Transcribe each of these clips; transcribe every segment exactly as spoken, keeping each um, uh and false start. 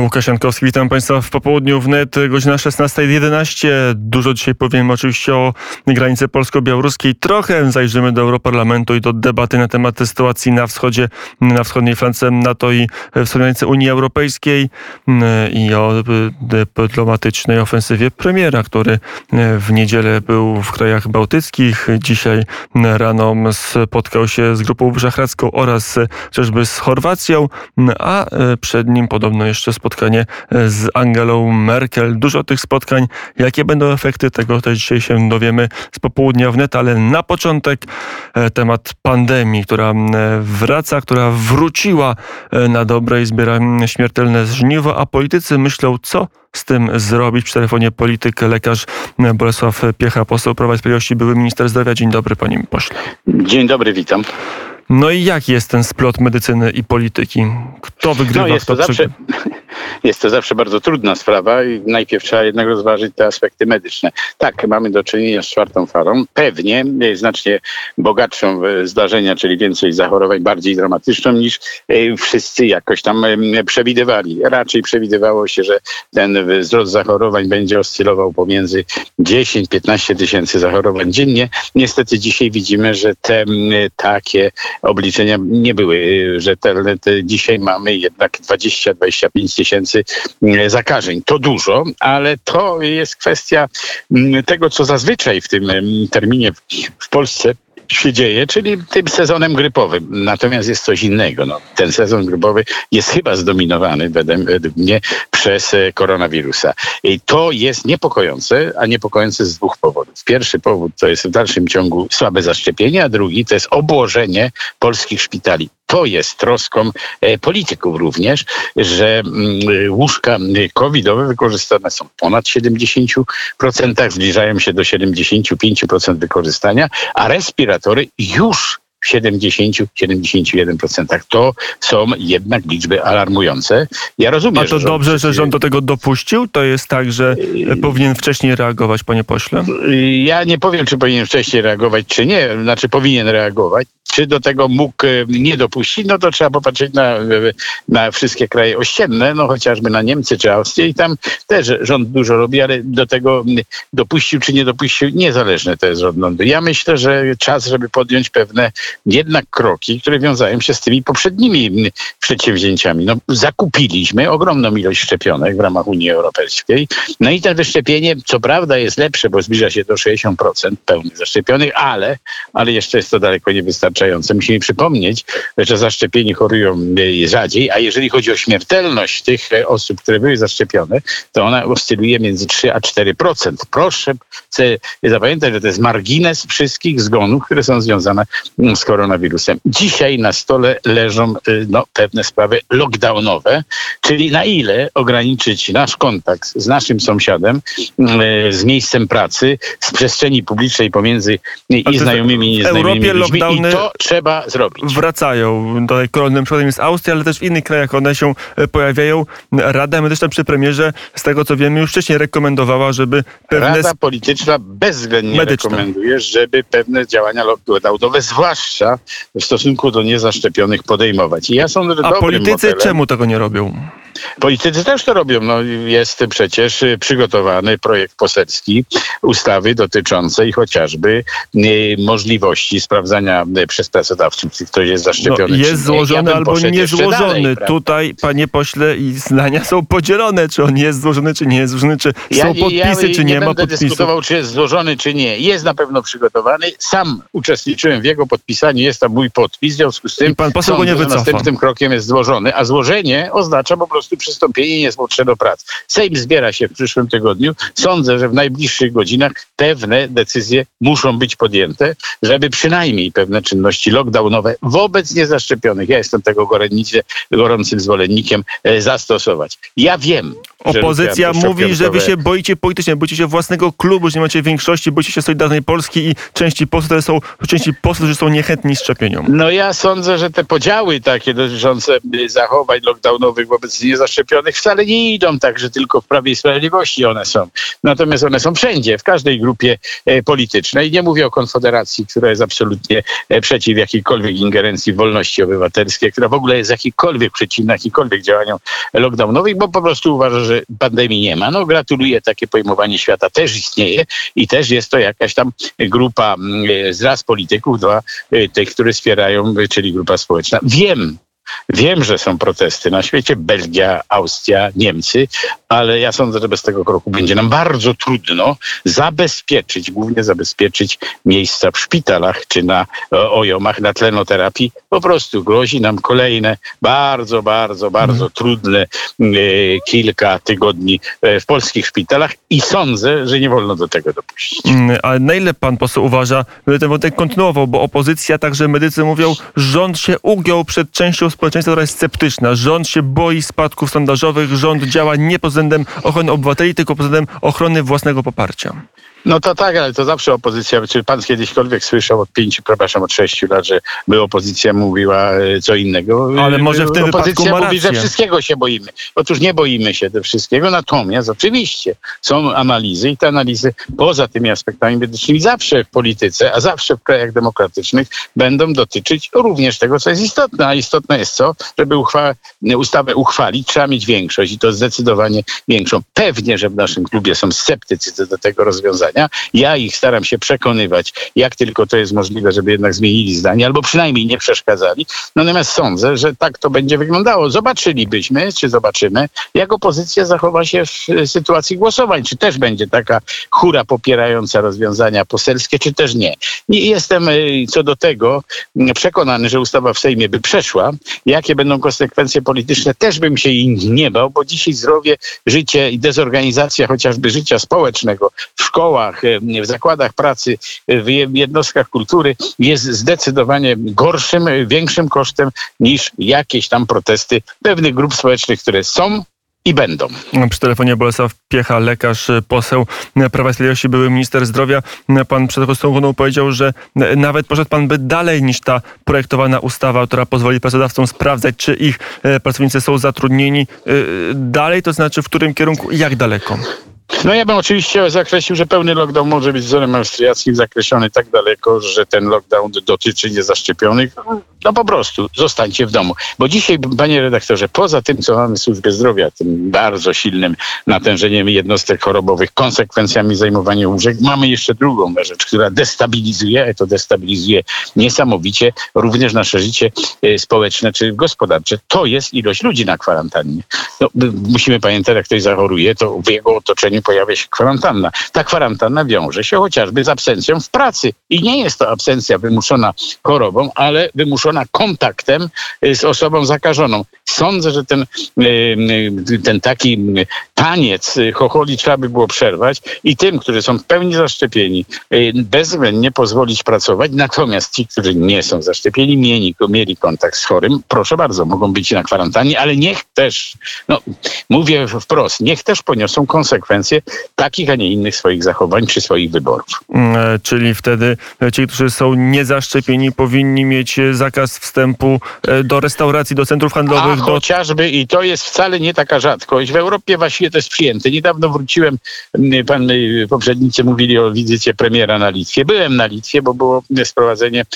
Łukasz Jankowski, witam Państwa w popołudniu wnet, godzina szesnasta jedenaście. Dużo dzisiaj powiemy oczywiście o granicy polsko-białoruskiej. Trochę zajrzymy do Europarlamentu i do debaty na temat sytuacji na wschodzie, na wschodniej flance NATO i wschodniej granicy Unii Europejskiej i o dyplomatycznej ofensywie premiera, który w niedzielę był w krajach bałtyckich. Dzisiaj rano spotkał się z Grupą Wyszehradzką oraz chociażby z Chorwacją, a przed nim podobno jeszcze spotkanie z Angelą Merkel. Dużo tych spotkań. Jakie będą efekty tego, też dzisiaj się dowiemy z popołudnia wnet, ale na początek temat pandemii, która wraca, która wróciła na dobre i zbiera śmiertelne żniwo, a politycy myślą, co z tym zrobić. Przy telefonie polityk, lekarz Bolesław Piecha, poseł Prawa i Sprawiedliwości, były minister zdrowia. Dzień dobry, panie pośle. Dzień dobry, witam. No i jaki jest ten splot medycyny i polityki? Kto wygrywa? No jest, kto to zawsze, jest to zawsze bardzo trudna sprawa i najpierw trzeba jednak rozważyć te aspekty medyczne. Tak, mamy do czynienia z czwartą falą. Pewnie znacznie bogatszą w zdarzenia, czyli więcej zachorowań, bardziej dramatyczną niż wszyscy jakoś tam przewidywali. Raczej przewidywało się, że ten wzrost zachorowań będzie oscylował pomiędzy dziesięć do piętnastu tysięcy zachorowań dziennie. Niestety dzisiaj widzimy, że te takie obliczenia nie były rzetelne. Te dzisiaj mamy jednak dwadzieścia do dwudziestu pięciu tysięcy zakażeń. To dużo, ale to jest kwestia tego, co zazwyczaj w tym terminie w Polsce się dzieje, czyli tym sezonem grypowym. Natomiast jest coś innego. No, ten sezon grypowy jest chyba zdominowany według mnie przez koronawirusa. I to jest niepokojące, a niepokojące z dwóch powodów. Pierwszy powód to jest w dalszym ciągu słabe zaszczepienie, a drugi to jest obłożenie polskich szpitali. To jest troską e, polityków również, że mm, łóżka covidowe wykorzystane są ponad siedemdziesiąt procent, zbliżają się do siedemdziesiąt pięć procent wykorzystania, a respiratory już w siedemdziesiąt do siedemdziesięciu jeden procent. To są jednak liczby alarmujące. Ja rozumiem, A to że dobrze, rząd... że rząd do tego dopuścił? To jest tak, że powinien wcześniej reagować, panie pośle? Ja nie powiem, czy powinien wcześniej reagować, czy nie. Znaczy powinien reagować. Czy do tego mógł nie dopuścić? No to trzeba popatrzeć na, na wszystkie kraje ościenne, no chociażby na Niemcy czy Austrię i tam też rząd dużo robi, ale do tego dopuścił czy nie dopuścił, niezależne to jest od rządu. Ja myślę, że czas, żeby podjąć pewne jednak kroki, które wiązają się z tymi poprzednimi przedsięwzięciami. No, zakupiliśmy ogromną ilość szczepionek w ramach Unii Europejskiej. No i to wyszczepienie, co prawda jest lepsze, bo zbliża się do sześćdziesięciu procent pełnych zaszczepionych, ale, ale jeszcze jest to daleko niewystarczające. Musimy przypomnieć, że zaszczepieni chorują rzadziej, a jeżeli chodzi o śmiertelność tych osób, które były zaszczepione, to ona oscyluje między trzy a cztery procent. Proszę zapamiętać, że to jest margines wszystkich zgonów, które są związane z koronawirusem. Dzisiaj na stole leżą no, pewne sprawy lockdownowe, czyli na ile ograniczyć nasz kontakt z naszym sąsiadem, z miejscem pracy, z przestrzeni publicznej pomiędzy i znajomymi, i nieznajomymi ludźmi. I to trzeba zrobić. Wracają. Tutaj kolejnym przykładem jest Austria, ale też w innych krajach one się pojawiają. Rada Medyczna przy premierze, z tego co wiemy, już wcześniej rekomendowała, żeby pewne... Rada Polityczna bezwzględnie medyczna. rekomenduje, żeby pewne działania lockdownowe, zwłaszcza w stosunku do niezaszczepionych, podejmować. I ja sądzę, że A politycy modelem, czemu tego nie robią? Politycy też to robią. No, jest przecież przygotowany projekt poselski ustawy dotyczącej chociażby y, możliwości sprawdzania y, przez pracodawców, czy ktoś jest zaszczepiony. No, jest złożony ja albo niezłożony. Dalej, Tutaj, panie pośle, i zdania są podzielone, czy on jest złożony, czy nie jest złożony, czy ja, są podpisy, ja, czy nie, nie ma podpisów. Nie będę dyskutował, czy jest złożony, czy nie. Jest na pewno przygotowany. Sam uczestniczyłem w jego podpisaniu, jest tam mój podpis, w związku z tym I pan poseł go nie wycofa. Następnym krokiem jest złożony, a złożenie oznacza po prostu przystąpienie niezwłocznie do prac. Sejm zbiera się w przyszłym tygodniu. Sądzę, że w najbliższych godzinach pewne decyzje muszą być podjęte, żeby przynajmniej pewne czynności lockdownowe wobec niezaszczepionych, ja jestem tego gorący, gorącym zwolennikiem, zastosować. Ja wiem, Opozycja że mówi, że wy się boicie politycznie, boicie się własnego klubu, że nie macie większości, boicie się Solidarnej Polski i części posłów, które są, części posłów, którzy są niechętni szczepieniom. No ja sądzę, że te podziały takie dotyczące zachowań lockdownowych wobec niezaszczepionych wcale nie idą tak, że tylko w Prawie i Sprawiedliwości one są. Natomiast one są wszędzie, w każdej grupie e, politycznej. Nie mówię o Konfederacji, która jest absolutnie e, przeciw jakiejkolwiek ingerencji w wolności obywatelskie, która w ogóle jest jakikolwiek przeciwna jakikolwiek działaniom lockdownowych, bo po prostu uważa, że pandemii nie ma. No gratuluję, takie pojmowanie świata też istnieje i też jest to jakaś tam grupa z raz polityków, dwa tych, które wspierają, czyli grupa społeczna. Wiem, Wiem, że są protesty na świecie, Belgia, Austria, Niemcy, ale ja sądzę, że bez tego kroku będzie nam bardzo trudno zabezpieczyć, głównie zabezpieczyć miejsca w szpitalach czy na O J O M-ach, na tlenoterapii. Po prostu grozi nam kolejne bardzo, bardzo, bardzo trudne e, kilka tygodni e, w polskich szpitalach i sądzę, że nie wolno do tego dopuścić. Ale na ile pan poseł uważa, że ten wątek kontynuował, bo opozycja, także medycy mówią, rząd się ugiął przed częścią społeczeństwa, która jest sceptyczna. Rząd się boi spadków sondażowych, rząd działa nie pod względem ochrony obywateli, tylko pod względem ochrony własnego poparcia. No to tak, ale to zawsze opozycja. Czy pan kiedyśkolwiek słyszał od pięciu, przepraszam, od sześciu lat, że by opozycja mówiła co innego? Ale może w tym opozycja wypadku ma mówi, rację. że wszystkiego się boimy. Otóż nie boimy się tego wszystkiego, natomiast oczywiście są analizy i te analizy poza tymi aspektami medycznymi zawsze w polityce, a zawsze w krajach demokratycznych będą dotyczyć również tego, co jest istotne. A istotne jest co? Żeby uchwa- ustawę uchwalić, trzeba mieć większość i to zdecydowanie większą. Pewnie, że w naszym klubie są sceptycy co do tego rozwiązania. Ja ich staram się przekonywać, jak tylko to jest możliwe, żeby jednak zmienili zdanie, albo przynajmniej nie przeszkadzali. Natomiast sądzę, że tak to będzie wyglądało. Zobaczylibyśmy, czy zobaczymy, jak opozycja zachowa się w sytuacji głosowań. Czy też będzie taka hura popierająca rozwiązania poselskie, czy też nie. Nie jestem co do tego przekonany, że ustawa w Sejmie by przeszła. Jakie będą konsekwencje polityczne, też bym się ich nie bał, bo dzisiaj zdrowie, życie i dezorganizacja chociażby życia społecznego w szkołach, w zakładach pracy, w jednostkach kultury jest zdecydowanie gorszym, większym kosztem niż jakieś tam protesty pewnych grup społecznych, które są i będą. Przy telefonie Bolesław Piecha, lekarz, poseł Prawa i Sprawiedliwości, były minister zdrowia. Pan przed rozsądną powiedział, że nawet poszedł pan by dalej niż ta projektowana ustawa, która pozwoli pracodawcom sprawdzać, czy ich pracownicy są zatrudnieni. Dalej, to znaczy w którym kierunku i jak daleko? No ja bym oczywiście zakreślił, że pełny lockdown może być wzorem austriackim zakreślony tak daleko, że ten lockdown dotyczy niezaszczepionych. No po prostu zostańcie w domu. Bo dzisiaj, panie redaktorze, poza tym, co mamy w służbie zdrowia, tym bardzo silnym natężeniem jednostek chorobowych, konsekwencjami zajmowania łóżek, mamy jeszcze drugą rzecz, która destabilizuje, to destabilizuje niesamowicie również nasze życie społeczne czy gospodarcze. To jest ilość ludzi na kwarantannie. No, musimy pamiętać, jak ktoś zachoruje, to w jego otoczeniu pojawia się kwarantanna. Ta kwarantanna wiąże się chociażby z absencją w pracy. I nie jest to absencja wymuszona chorobą, ale wymuszona kontaktem z osobą zakażoną. Sądzę, że ten, ten taki taniec chocholi trzeba by było przerwać i tym, którzy są w pełni zaszczepieni, bezwzględnie pozwolić pracować. Natomiast ci, którzy nie są zaszczepieni, mieli, mieli kontakt z chorym, proszę bardzo, mogą być na kwarantannie, ale niech też, no mówię wprost, niech też poniosą konsekwencje takich, a nie innych swoich zachowań czy swoich wyborów. E, czyli wtedy ci, którzy są niezaszczepieni, powinni mieć zakaz wstępu do restauracji, do centrów handlowych. A chociażby, i to jest wcale nie taka rzadkość. W Europie właściwie to jest przyjęte. Niedawno wróciłem, pan poprzednicy mówili o wizycie premiera na Litwie. Byłem na Litwie, bo było sprowadzenie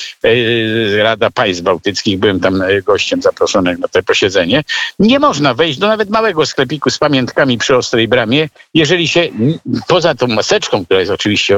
Rada Państw Bałtyckich. Byłem tam gościem zaproszonym na to posiedzenie. Nie można wejść do nawet małego sklepiku z pamiątkami przy Ostrej Bramie, jeżeli się, poza tą maseczką, która jest oczywiście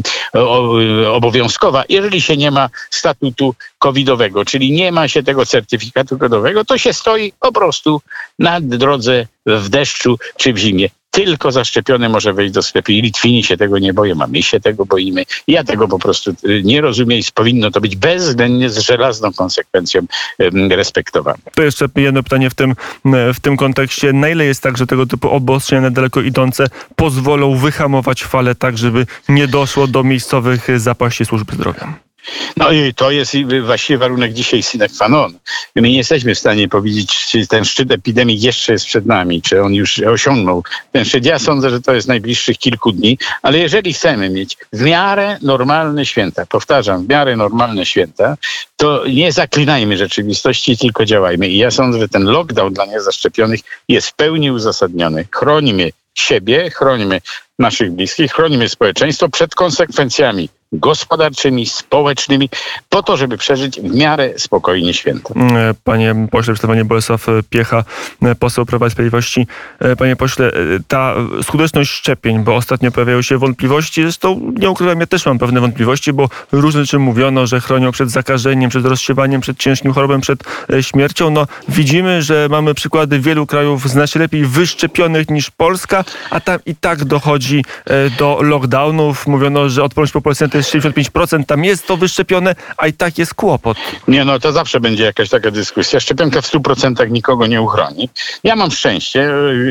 obowiązkowa, jeżeli się nie ma statutu covidowego, czyli nie ma się tego certyfikatu covidowego, to się stoi po prostu na drodze w deszczu czy w zimie. Tylko zaszczepiony może wejść do sklepu i Litwini się tego nie boją, a my się tego boimy. Ja tego po prostu nie rozumiem i powinno to być bezwzględnie z żelazną konsekwencją respektowane. To jeszcze jedno pytanie w tym, w tym kontekście. Na ile jest tak, że tego typu obostrzenia daleko idące pozwolą wyhamować falę tak, żeby nie doszło do miejscowych zapaści służby zdrowia? No i to jest właściwie warunek dzisiaj sine qua non. My nie jesteśmy w stanie powiedzieć, czy ten szczyt epidemii jeszcze jest przed nami, czy on już osiągnął ten szczyt. Ja sądzę, że to jest najbliższych kilku dni, ale jeżeli chcemy mieć w miarę normalne święta, powtarzam, w miarę normalne święta, to nie zaklinajmy rzeczywistości, tylko działajmy. I ja sądzę, że ten lockdown dla niezaszczepionych jest w pełni uzasadniony. Chronimy siebie, chronimy naszych bliskich, chronimy społeczeństwo przed konsekwencjami gospodarczymi, społecznymi, po to, żeby przeżyć w miarę spokojnie święta. Panie pośle, przedstawienie Bolesław Piecha, poseł Prawa i Sprawiedliwości. Panie pośle, ta skuteczność szczepień, bo ostatnio pojawiają się wątpliwości, zresztą nie ukrywam, ja też mam pewne wątpliwości, bo różne rzeczy mówiono, że chronią przed zakażeniem, przed rozsiewaniem, przed ciężkim chorobą, przed śmiercią. No widzimy, że mamy przykłady wielu krajów znacznie lepiej wyszczepionych niż Polska, a tam i tak dochodzi do lockdownów. Mówiono, że odporność populacyjna to jest sześćdziesiąt pięć procent, tam jest to wyszczepione, a i tak jest kłopot. Nie, no to zawsze będzie jakaś taka dyskusja. Szczepionka w stu procentach nikogo nie uchroni. Ja mam szczęście,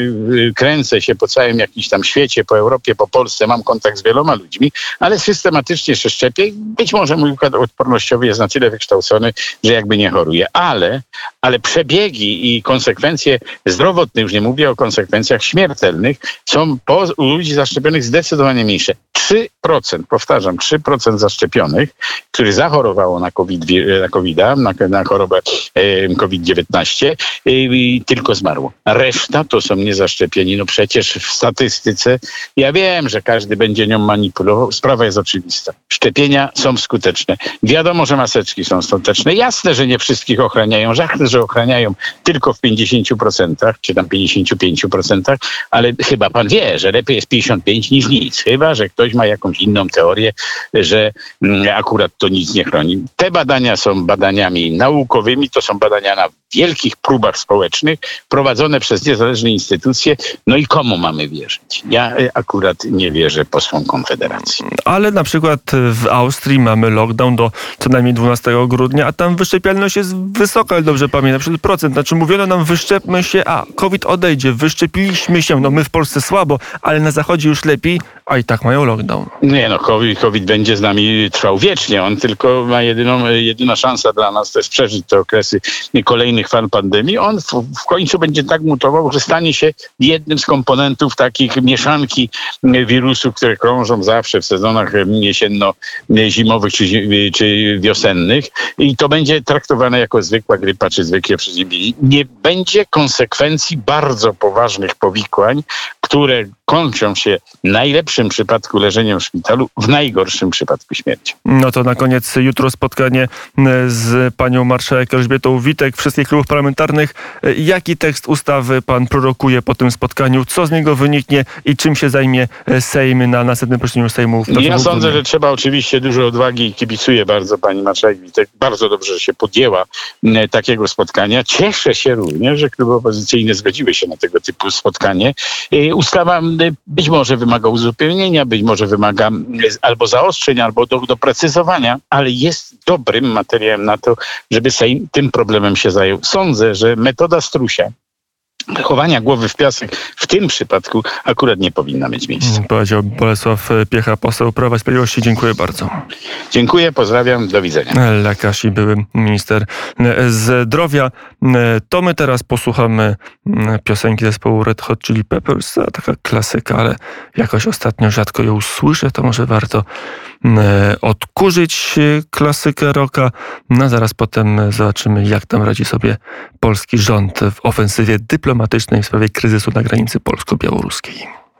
kręcę się po całym jakimś tam świecie, po Europie, po Polsce, mam kontakt z wieloma ludźmi, ale systematycznie się szczepię. Być może mój układ odpornościowy jest na tyle wykształcony, że jakby nie choruję. Ale, ale przebiegi i konsekwencje zdrowotne, już nie mówię o konsekwencjach śmiertelnych, są po, u ludzi zaszczepionych zdecydowanie mniejsze. trzy procent, powtarzam, trzy procent zaszczepionych, którzy zachorowało na COVID, na kowida, na, na chorobę e, COVID dziewiętnaście, e, tylko zmarło. Reszta to są niezaszczepieni. No przecież w statystyce, ja wiem, że każdy będzie nią manipulował. Sprawa jest oczywista. Szczepienia są skuteczne. Wiadomo, że maseczki są skuteczne. Jasne, że nie wszystkich ochraniają. Jasne, że ochraniają tylko w pięćdziesięciu procentach, czy tam pięćdziesięciu pięciu procentach, ale chyba pan wie, że lepiej jest pięćdziesiąt pięć niż nic. Chyba, że ktoś ma jakąś inną teorię, że akurat to nic nie chroni. Te badania są badaniami naukowymi, to są badania na wielkich próbach społecznych, prowadzone przez niezależne instytucje. No i komu mamy wierzyć? Ja akurat nie wierzę posłom Konfederacji. Ale na przykład w Austrii mamy lockdown do co najmniej dwunastego grudnia, a tam wyszczepialność jest wysoka, ale dobrze pamiętam, przed procent. Znaczy mówiono nam, wyszczepmy się, a COVID odejdzie, wyszczepiliśmy się, no my w Polsce słabo, ale na zachodzie już lepiej, a i tak mają lockdown. Nie no, COVID, COVID będzie z nami trwał wiecznie. On tylko ma jedyną, jedyna szansa dla nas, to jest przeżyć te okresy kolejnych fal pandemii. On w, w końcu będzie tak mutował, że stanie się jednym z komponentów takich mieszanki wirusów, które krążą zawsze w sezonach jesienno-zimowych czy, czy wiosennych. I to będzie traktowane jako zwykła grypa czy zwykłe przeziębienie. Nie będzie konsekwencji bardzo poważnych powikłań, które kończą się w najlepszym przypadku leżeniem w szpitalu, w najgorszym przypadku śmiercią. No to na koniec jutro spotkanie z panią marszałek Elżbietą Witek, wszystkich klubów parlamentarnych. Jaki tekst ustawy pan prorokuje po tym spotkaniu? Co z niego wyniknie i czym się zajmie Sejm na następnym posiedzeniu Sejmu? Ja sądzę, że trzeba oczywiście dużo odwagi i kibicuję bardzo pani marszałek Witek. Bardzo dobrze, że się podjęła takiego spotkania. Cieszę się również, że kluby opozycyjne zgodziły się na tego typu spotkanie. Ustawa być może wymaga uzupełnienia, być może wymaga albo zaostrzeń, albo do, doprecyzowania, ale jest dobrym materiałem na to, żeby Sejm tym problemem się zajął. Sądzę, że metoda strusia, chowania głowy w piasek w tym przypadku akurat nie powinna mieć miejsca. Powiedział Bolesław Piecha, poseł Prawa i Sprawiedliwości. Dziękuję bardzo. Dziękuję, pozdrawiam, do widzenia. Lekarz i były minister zdrowia. To my teraz posłuchamy piosenki zespołu Red Hot Chili Peppers. Taka klasyka, ale jakoś ostatnio rzadko ją słyszę, to może warto odkurzyć klasykę rocka. No zaraz potem zobaczymy, jak tam radzi sobie polski rząd w ofensywie dyplomatycznej w sprawie kryzysu na granicy polsko-białoruskiej.